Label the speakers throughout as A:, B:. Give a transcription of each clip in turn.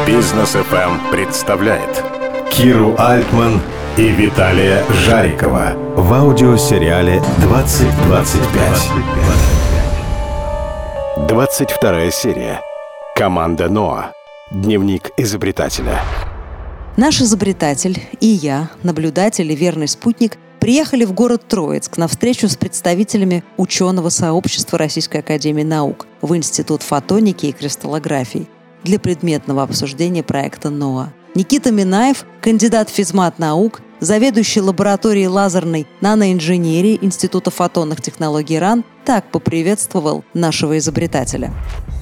A: Бизнес ФМ представляет Киру Альтман и Виталия Жарикова в аудиосериале 2025. 22 серия. Команда Ноа. Дневник изобретателя.
B: Наш изобретатель и я, наблюдатель и верный спутник, приехали в город Троицк на встречу с представителями ученого сообщества Российской академии наук в Институт фотоники и кристаллографии для предметного обсуждения проекта НОА. Никита Минаев, кандидат физмат-наук, заведующий лабораторией лазерной наноинженерии Института фотонных технологий РАН, так поприветствовал нашего изобретателя.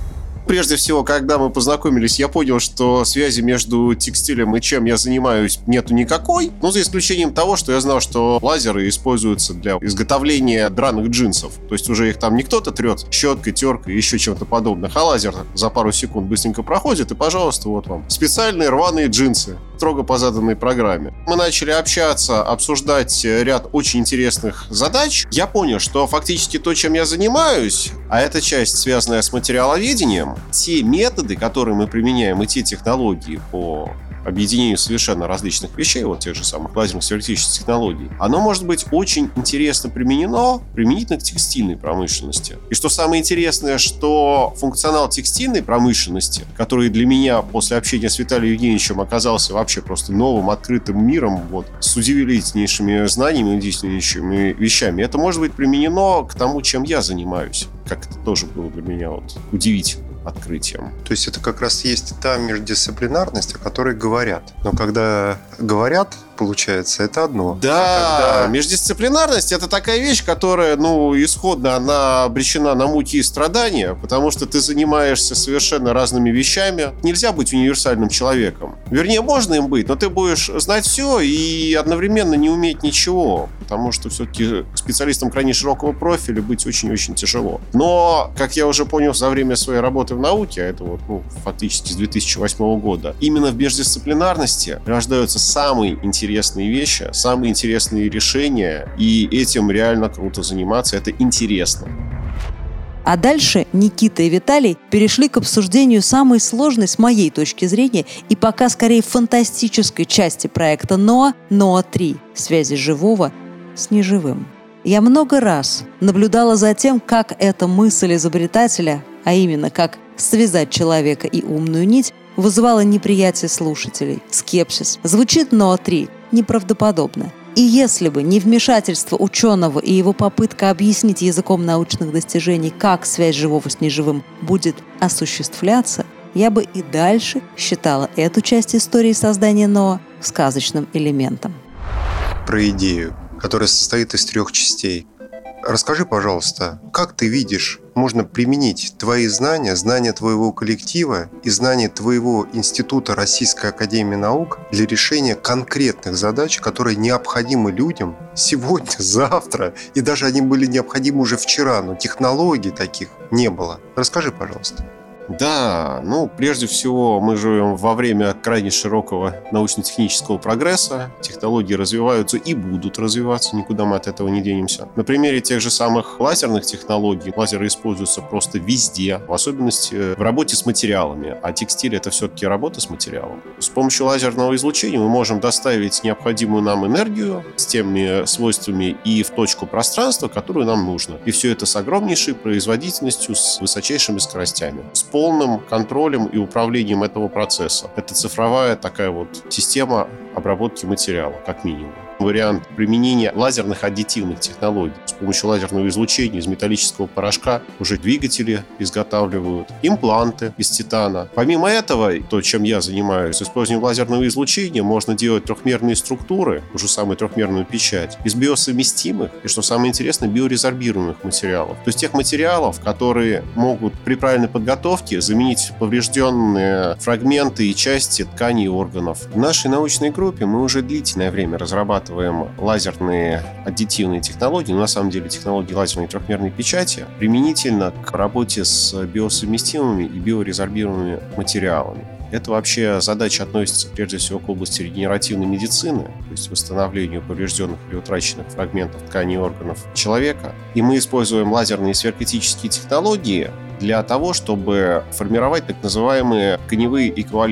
C: Прежде всего, когда мы познакомились, я понял, что связи между текстилем и чем я занимаюсь нету никакой. Ну, за исключением того, что я знал, что лазеры используются для изготовления драных джинсов. То есть уже их там не кто-то трет щеткой, теркой и еще чем-то подобным, а лазер за пару секунд быстренько проходит, и, пожалуйста, вот вам специальные рваные джинсы, строго по заданной программе. Мы начали общаться, обсуждать ряд очень интересных задач. Я понял, что фактически то, чем я занимаюсь, а эта часть, связанная с материаловедением, те методы, которые мы применяем, и те технологии по объединению совершенно различных вещей, вот тех же самых лазерных теоретических технологий, оно может быть очень интересно применено применительно к текстильной промышленности. И что самое интересное, что функционал текстильной промышленности, который для меня после общения с Виталием Евгеньевичем оказался вообще просто новым, открытым миром, вот, с удивительнейшими знаниями, удивительнейшими вещами, это может быть применено к тому, чем я занимаюсь. Как это тоже было для меня вот удивительно открытием.
D: То есть это как раз есть та междисциплинарность, о которой говорят. Но когда говорят, получается, это одно.
C: Да, междисциплинарность — это такая вещь, которая, исходно она обречена на муки и страдания, потому что ты занимаешься совершенно разными вещами. Нельзя быть универсальным человеком. Вернее, можно им быть, но ты будешь знать все и одновременно не уметь ничего, потому что все-таки специалистом крайне широкого профиля быть очень-очень тяжело. Но, как я уже понял за время своей работы в науке, а это фактически с 2008 года, именно в междисциплинарности рождаются самые интересные вещи, самые интересные решения, и этим реально круто заниматься, это интересно.
B: А дальше Никита и Виталий перешли к обсуждению самой сложной, с моей точки зрения, и пока скорее фантастической части проекта НОА, НОА-3 – связи живого с неживым. Я много раз наблюдала за тем, как эта мысль изобретателя, а именно как связать человека и умную нить, вызывала неприятие слушателей, скепсис. Звучит НОА-3 неправдоподобно. И если бы не вмешательство ученого и его попытка объяснить языком научных достижений, как связь живого с неживым будет осуществляться, я бы и дальше считала эту часть истории создания НОА сказочным элементом.
D: Про идею, которая состоит из 3 частей. Расскажи, пожалуйста, как ты видишь, можно применить твои знания, знания твоего коллектива и знания твоего Института Российской академии наук для решения конкретных задач, которые необходимы людям сегодня, завтра, и даже они были необходимы уже вчера, но технологий таких не было. Расскажи, пожалуйста.
C: Да, прежде всего, мы живем во время крайне широкого научно-технического прогресса. Технологии развиваются и будут развиваться, никуда мы от этого не денемся. На примере тех же самых лазерных технологий, лазеры используются просто везде, в особенности в работе с материалами. А текстиль — это все-таки работа с материалом. С помощью лазерного излучения мы можем доставить необходимую нам энергию с теми свойствами и в точку пространства, которую нам нужно. И все это с огромнейшей производительностью, с высочайшими скоростями. С полным контролем и управлением этого процесса. Это цифровая такая вот система обработки материала, как минимум. Вариант применения лазерных аддитивных технологий. С помощью лазерного излучения из металлического порошка уже двигатели изготавливают, импланты из титана. Помимо этого, то, чем я занимаюсь, с использованием лазерного излучения можно делать трехмерные структуры, уже самую трехмерную печать, из биосовместимых и, что самое интересное, биорезорбируемых материалов. То есть тех материалов, которые могут при правильной подготовке заменить поврежденные фрагменты и части тканей и органов. В нашей научной группе мы уже длительное время разрабатываем лазерные аддитивные технологии, но на самом деле технологии лазерной трехмерной печати применительно к работе с биосовместимыми и биорезорбируемыми материалами. Это вообще задача относится прежде всего к области регенеративной медицины, то есть восстановлению поврежденных или утраченных фрагментов тканей и органов человека. И мы используем лазерные сверхкритические технологии для того, чтобы формировать так называемые тканевые эквиваленты. Это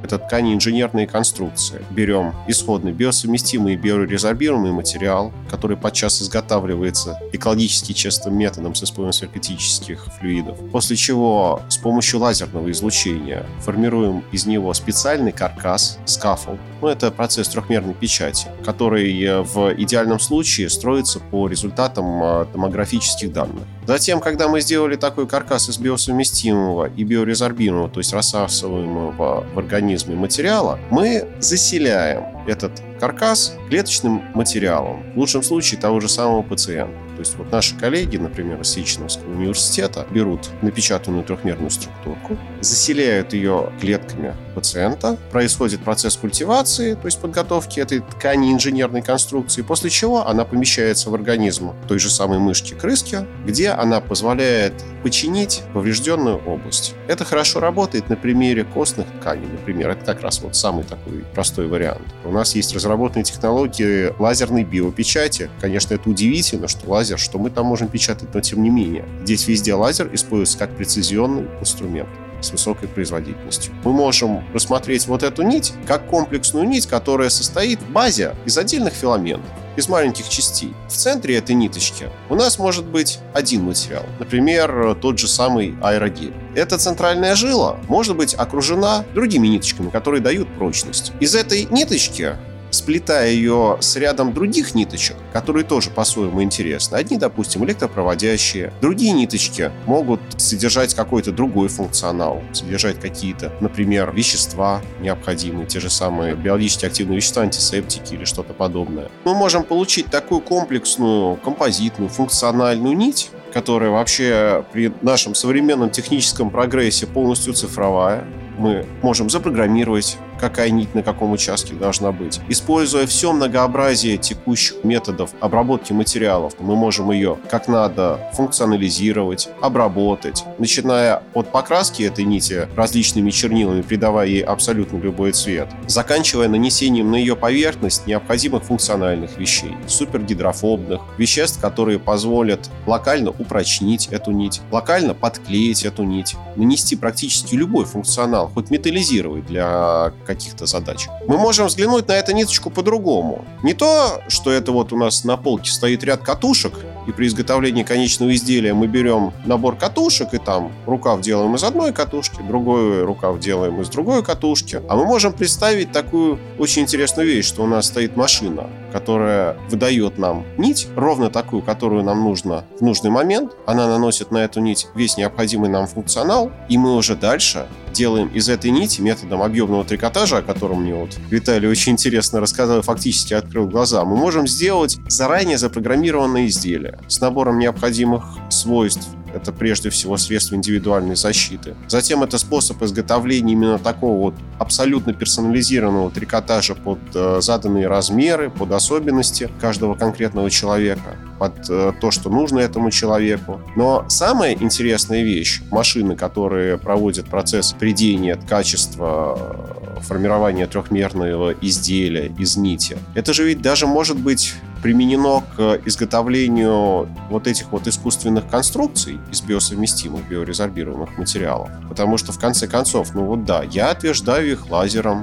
C: Это ткани-инженерные конструкции. Берем исходный биосовместимый и биорезорбируемый материал, который подчас изготавливается экологически чистым методом с использованием сверхкритических флюидов. После чего с помощью лазерного излучения формируем из него специальный каркас, скаффолд. Это процесс трехмерной печати, который в идеальном случае строится по результатам томографических данных. Затем, когда мы сделали такой каркас из биосовместимого и биорезорбируемого, то есть рассасываемого в организме материала, мы заселяем этот каркас клеточным материалом, в лучшем случае того же самого пациента. То есть наши коллеги, например, из Сеченовского университета, берут напечатанную трехмерную структурку, заселяют ее клетками пациента, происходит процесс культивации, то есть подготовки этой ткани инженерной конструкции, после чего она помещается в организм той же самой мышки-крыски, где она позволяет починить поврежденную область. Это хорошо работает на примере костных тканей, например. Это как раз самый такой простой вариант. У нас есть разработанные технологии лазерной биопечати. Конечно, это удивительно, что лазер, что мы там можем печатать, но тем не менее. Здесь везде лазер используется как прецизионный инструмент с высокой производительностью. Мы можем рассмотреть эту нить как комплексную нить, которая состоит в базе из отдельных филаментов, из маленьких частей. В центре этой ниточки у нас может быть один материал, например, тот же самый аэрогель. Эта центральная жила может быть окружена другими ниточками, которые дают прочность. Из этой ниточки, сплетая ее с рядом других ниточек, которые тоже по-своему интересны. Одни, допустим, электропроводящие, другие ниточки могут содержать какой-то другой функционал, содержать какие-то, например, вещества необходимые, те же самые биологически активные вещества, антисептики или что-то подобное. Мы можем получить такую комплексную, композитную, функциональную нить, которая вообще при нашем современном техническом прогрессе полностью цифровая. Мы можем запрограммировать, какая нить на каком участке должна быть. Используя все многообразие текущих методов обработки материалов, мы можем ее как надо функционализировать, обработать, начиная от покраски этой нити различными чернилами, придавая ей абсолютно любой цвет, заканчивая нанесением на ее поверхность необходимых функциональных вещей, супергидрофобных веществ, которые позволят локально упрочнить эту нить, локально подклеить эту нить, нанести практически любой функционал, хоть металлизировать для каких-то задач. Мы можем взглянуть на эту ниточку по-другому. Не то, что это у нас на полке стоит ряд катушек, и при изготовлении конечного изделия мы берем набор катушек, и там рукав делаем из одной катушки, другой рукав делаем из другой катушки. А мы можем представить такую очень интересную вещь, что у нас стоит машина, которая выдает нам нить, ровно такую, которую нам нужно в нужный момент. Она наносит на эту нить весь необходимый нам функционал, и мы уже дальше делаем из этой нити методом объемного трикотажа, о котором мне Виталий очень интересно рассказал, фактически открыл глаза. Мы можем сделать заранее запрограммированное изделие с набором необходимых свойств. Это прежде всего средство индивидуальной защиты. Затем это способ изготовления именно такого абсолютно персонализированного трикотажа под заданные размеры, под особенности каждого конкретного человека, под то, что нужно этому человеку. Но самая интересная вещь — машины, которые проводят процесс приведения качества формирования трехмерного изделия из нити. Это же ведь даже может быть применено к изготовлению этих искусственных конструкций из биосовместимых, биорезорбируемых материалов. Потому что, в конце концов, я отверждаю их лазером,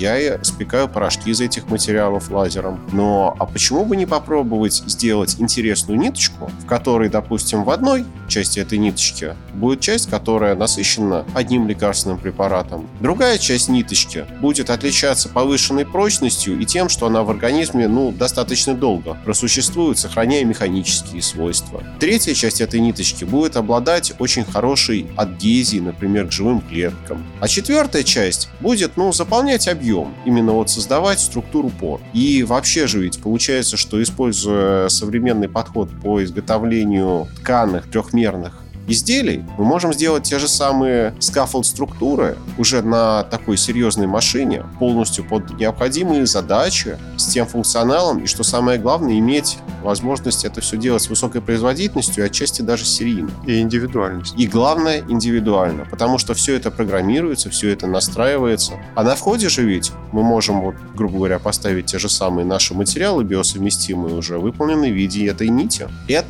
C: я спекаю порошки из этих материалов лазером. Но почему бы не попробовать сделать интересную ниточку, в которой, допустим, в одной части этой ниточки будет часть, которая насыщена одним лекарственным препаратом. Другая часть ниточки будет отличаться повышенной прочностью и тем, что она в организме достаточно долго просуществует, сохраняя механические свойства. Третья часть этой ниточки будет обладать очень хорошей адгезией, например, к живым клеткам. А четвертая часть будет заполнять объем, именно создавать структуру пор. И вообще же ведь получается, что, используя современный подход по изготовлению тканых трехмерных изделий, мы можем сделать те же самые скаффолд-структуры уже на такой серьезной машине, полностью под необходимые задачи, с тем функционалом, и, что самое главное, иметь возможность это все делать с высокой производительностью и отчасти даже серийно.
D: И индивидуальность.
C: И главное, индивидуально, потому что все это программируется, все это настраивается. А на входе же ведь мы можем, грубо говоря, поставить те же самые наши материалы биосовместимые, уже выполненные в виде этой нити. Это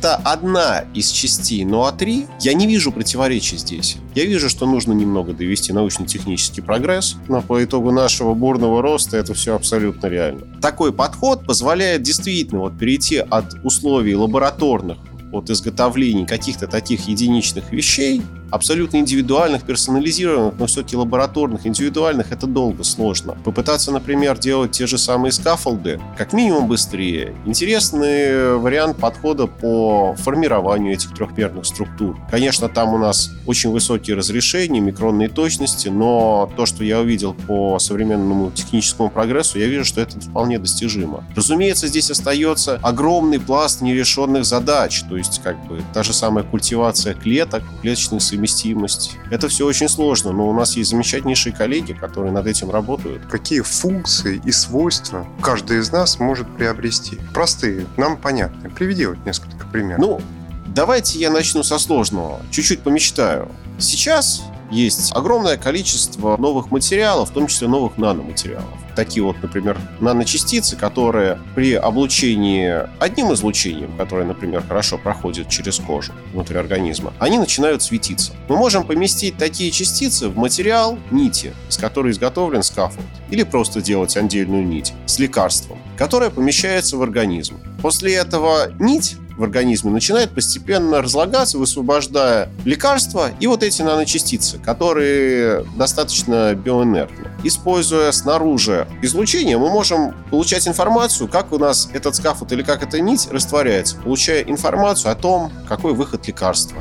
C: это одна из частей NOA 3. Я не вижу противоречий здесь. Я вижу, что нужно немного довести научно-технический прогресс, но по итогу нашего бурного роста это все абсолютно реально. Такой подход позволяет действительно перейти от условий лабораторных, от изготовления каких-то таких единичных вещей, абсолютно индивидуальных, персонализированных, но все-таки лабораторных, индивидуальных, это долго, сложно. Попытаться, например, делать те же самые скаффолды, как минимум быстрее. Интересный вариант подхода по формированию этих трехмерных структур. Конечно, там у нас очень высокие разрешения, микронные точности, но то, что я увидел по современному техническому прогрессу, я вижу, что это вполне достижимо. Разумеется, здесь остается огромный пласт нерешенных задач, то есть та же самая культивация клеток, клеточная совместимость. Это все очень сложно, но у нас есть замечательнейшие коллеги, которые над этим работают.
D: Какие функции и свойства каждый из нас может приобрести? Простые, нам понятные. Приведи несколько примеров.
C: Давайте я начну со сложного. Чуть-чуть помечтаю. Сейчас есть огромное количество новых материалов, в том числе новых наноматериалов. Такие например, наночастицы, которые при облучении одним излучением, которое, например, хорошо проходит через кожу внутри организма, они начинают светиться. Мы можем поместить такие частицы в материал нити, из которой изготовлен скаффолд, или просто делать отдельную нить с лекарством, которая помещается в организм. После этого нить в организме начинает постепенно разлагаться, высвобождая лекарства и эти наночастицы, которые достаточно биоинертны. Используя снаружи излучение, мы можем получать информацию, как у нас этот скаффолд или как эта нить растворяется, получая информацию о том, какой выход лекарства.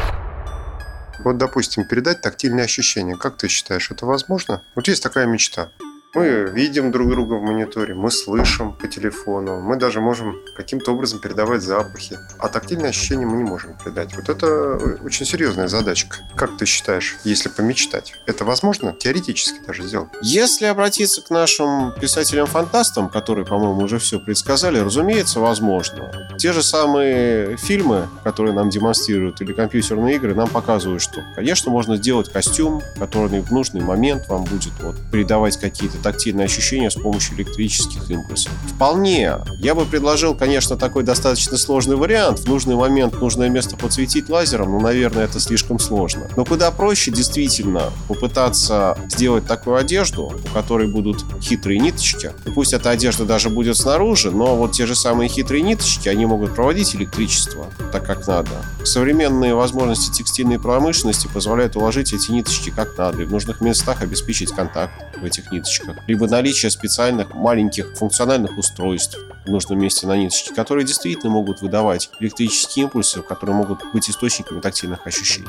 D: Допустим, передать тактильные ощущения. Как ты считаешь, это возможно? Есть такая мечта. Мы видим друг друга в мониторе, мы слышим по телефону, мы даже можем каким-то образом передавать запахи, а тактильные ощущения мы не можем передать. Это очень серьезная задачка. Как ты считаешь, если помечтать, это возможно теоретически даже сделать?
C: Если обратиться к нашим писателям-фантастам, которые, по-моему, уже все предсказали, разумеется, возможно. Те же самые фильмы, которые нам демонстрируют, или компьютерные игры, нам показывают, что, конечно, можно сделать костюм, который в нужный момент вам будет передавать какие-то тактильные ощущения с помощью электрических импульсов. Вполне. Я бы предложил, конечно, такой достаточно сложный вариант. В нужный момент нужное место подсветить лазером, наверное, это слишком сложно. Но куда проще действительно попытаться сделать такую одежду, у которой будут хитрые ниточки. И пусть эта одежда даже будет снаружи, но те же самые хитрые ниточки, они могут проводить электричество так, как надо. Современные возможности текстильной промышленности позволяют уложить эти ниточки как надо и в нужных местах обеспечить контакт в этих ниточках. Либо наличие специальных маленьких функциональных устройств в нужном месте на ниточке, которые действительно могут выдавать электрические импульсы, которые могут быть источниками тактильных ощущений.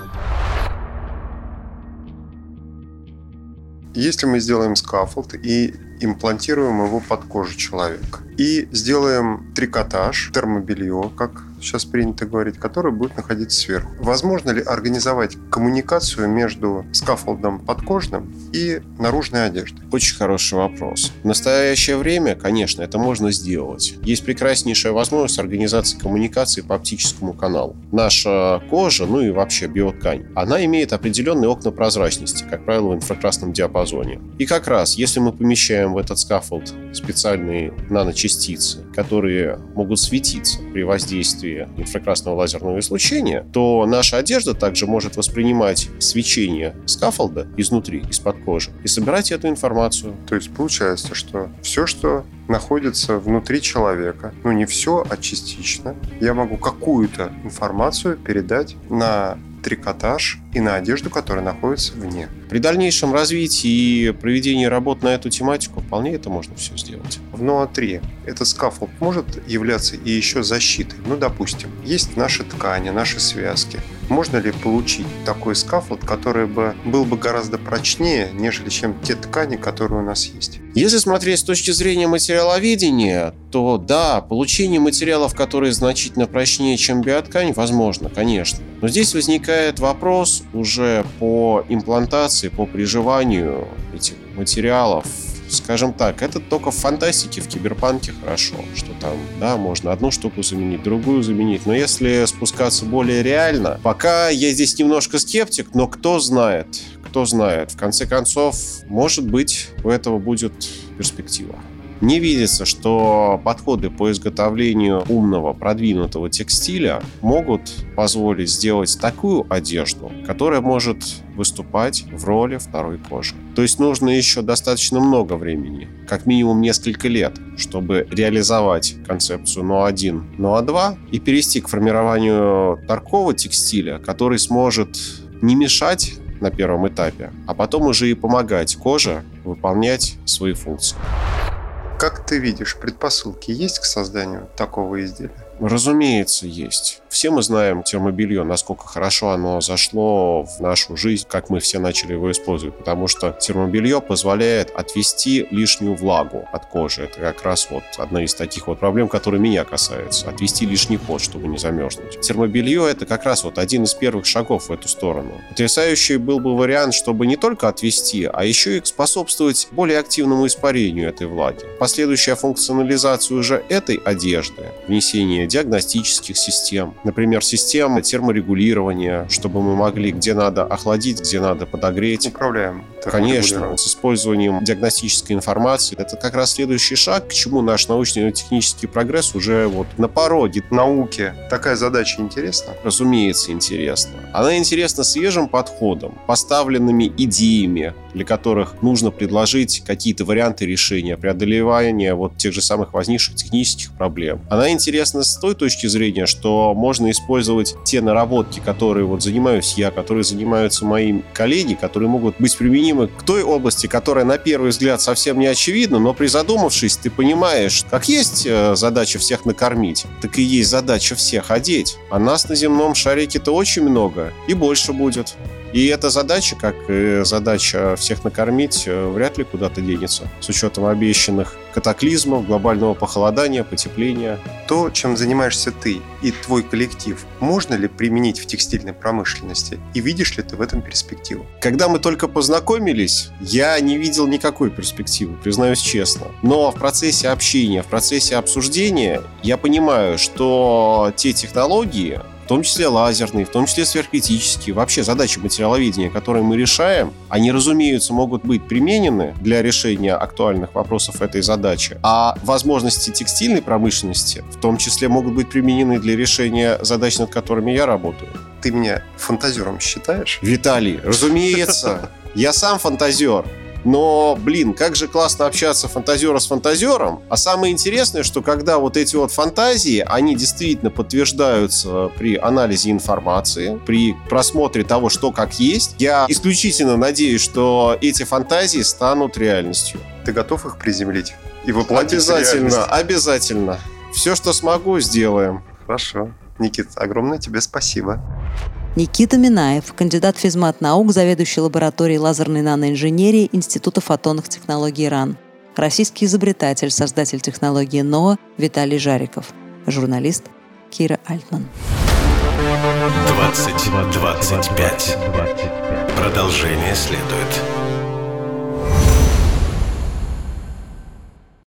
D: Если мы сделаем скаффолд и имплантируем его под кожу человека, и сделаем трикотаж, термобелье, как сейчас принято говорить, которое будет находиться сверху. Возможно ли организовать коммуникацию между скаффолдом подкожным и наружной одеждой?
C: Очень хороший вопрос. В настоящее время, конечно, это можно сделать. Есть прекраснейшая возможность организации коммуникации по оптическому каналу. Наша кожа, и вообще биоткань, она имеет определенные окна прозрачности, как правило, в инфракрасном диапазоне. И как раз, если мы помещаем в этот скаффолд специальные наночастицы, которые могут светиться при воздействии инфракрасного лазерного излучения, то наша одежда также может воспринимать свечение скаффолда изнутри, из-под кожи, и собирать эту информацию.
D: То есть получается, что все, что находится внутри человека, не все, а частично, я могу какую-то информацию передать на трикотаж и на одежду, которая находится вне.
C: При дальнейшем развитии и проведении работ на эту тематику вполне это можно все сделать.
D: В NOA 3 этот скаффолд может являться и еще защитой. Допустим, есть наши ткани, наши связки. Можно ли получить такой скаффолд, который был бы гораздо прочнее, нежели чем те ткани, которые у нас есть?
C: Если смотреть с точки зрения материаловедения, то да, получение материалов, которые значительно прочнее, чем биоткань, возможно, конечно. Но здесь возникает вопрос уже по имплантации, по приживанию этих материалов. Скажем так, это только в фантастике, в киберпанке хорошо, что там, да, можно одну штуку заменить, другую заменить. Но если спускаться более реально, пока я здесь немножко скептик, но кто знает. В конце концов, может быть, у этого будет перспектива. Мне видится, что подходы по изготовлению умного, продвинутого текстиля могут позволить сделать такую одежду, которая может выступать в роли второй кожи. То есть нужно еще достаточно много времени, как минимум несколько лет, чтобы реализовать концепцию НОА-1, НОА-2 и перейти к формированию такого текстиля, который сможет не мешать на первом этапе, а потом уже и помогать коже выполнять свои функции.
D: Как ты видишь, предпосылки есть к созданию такого изделия?
C: Разумеется, есть. Все мы знаем термобелье, насколько хорошо оно зашло в нашу жизнь, как мы все начали его использовать, потому что термобелье позволяет отвести лишнюю влагу от кожи. Это как раз вот одна из таких вот проблем, которые меня касаются. Отвести лишний пот, чтобы не замерзнуть. Термобелье — это как раз вот один из первых шагов в эту сторону. Потрясающий был бы вариант, чтобы не только отвести, а еще и способствовать более активному испарению этой влаги. Последующая функционализация уже этой одежды, внесение диагностических систем, например, систем терморегулирования, чтобы мы могли где надо охладить, где надо подогреть.
D: Управляем.
C: Конечно, с использованием диагностической информации. Это как раз следующий шаг, к чему наш научно-технический прогресс уже вот на пороге.
D: Науке такая задача интересна?
C: Разумеется, интересна. Она интересна свежим подходом, поставленными идеями, для которых нужно предложить какие-то варианты решения, преодолевания вот тех же самых возникших технических проблем. Она интересна с той точки зрения, что можно использовать те наработки, которые вот занимаюсь я, которые занимаются мои коллеги, которые могут быть применимы к той области, которая на первый взгляд совсем не очевидна, но призадумавшись, ты понимаешь, как есть задача всех накормить, так и есть задача всех одеть. А нас на земном шарике-то очень много, и больше будет. И эта задача, как и задача всех накормить, вряд ли куда-то денется, с учетом обещанных катаклизмов, глобального похолодания, потепления.
D: То, чем занимаешься ты и твой коллектив, можно ли применить в текстильной промышленности? И видишь ли ты в этом перспективу?
C: Когда мы только познакомились, я не видел никакой перспективы, признаюсь честно. Но в процессе общения, в процессе обсуждения я понимаю, что те технологии, в том числе лазерные, в том числе сверхкритические, вообще задачи материаловедения, которые мы решаем, они, разумеется, могут быть применены для решения актуальных вопросов этой задачи. А возможности текстильной промышленности, в том числе, могут быть применены для решения задач, над которыми я работаю.
D: Ты меня фантазером считаешь?
C: Виталий, разумеется, я сам фантазер. Но, как же классно общаться фантазера с фантазером. А самое интересное, что когда вот эти вот фантазии, они действительно подтверждаются при анализе информации, при просмотре того, что как есть, я исключительно надеюсь, что эти фантазии станут реальностью.
D: Ты готов их приземлить и воплотить в реальность?
C: Обязательно. Все, что смогу, сделаем.
D: Хорошо. Никит, огромное тебе спасибо.
B: Никита Минаев, кандидат физмат-наук, заведующий лабораторией лазерной наноинженерии Института фотонных технологий РАН. Российский изобретатель, создатель технологии НОА Виталий Жариков. Журналист Кира Альтман.
A: 2025. Продолжение следует.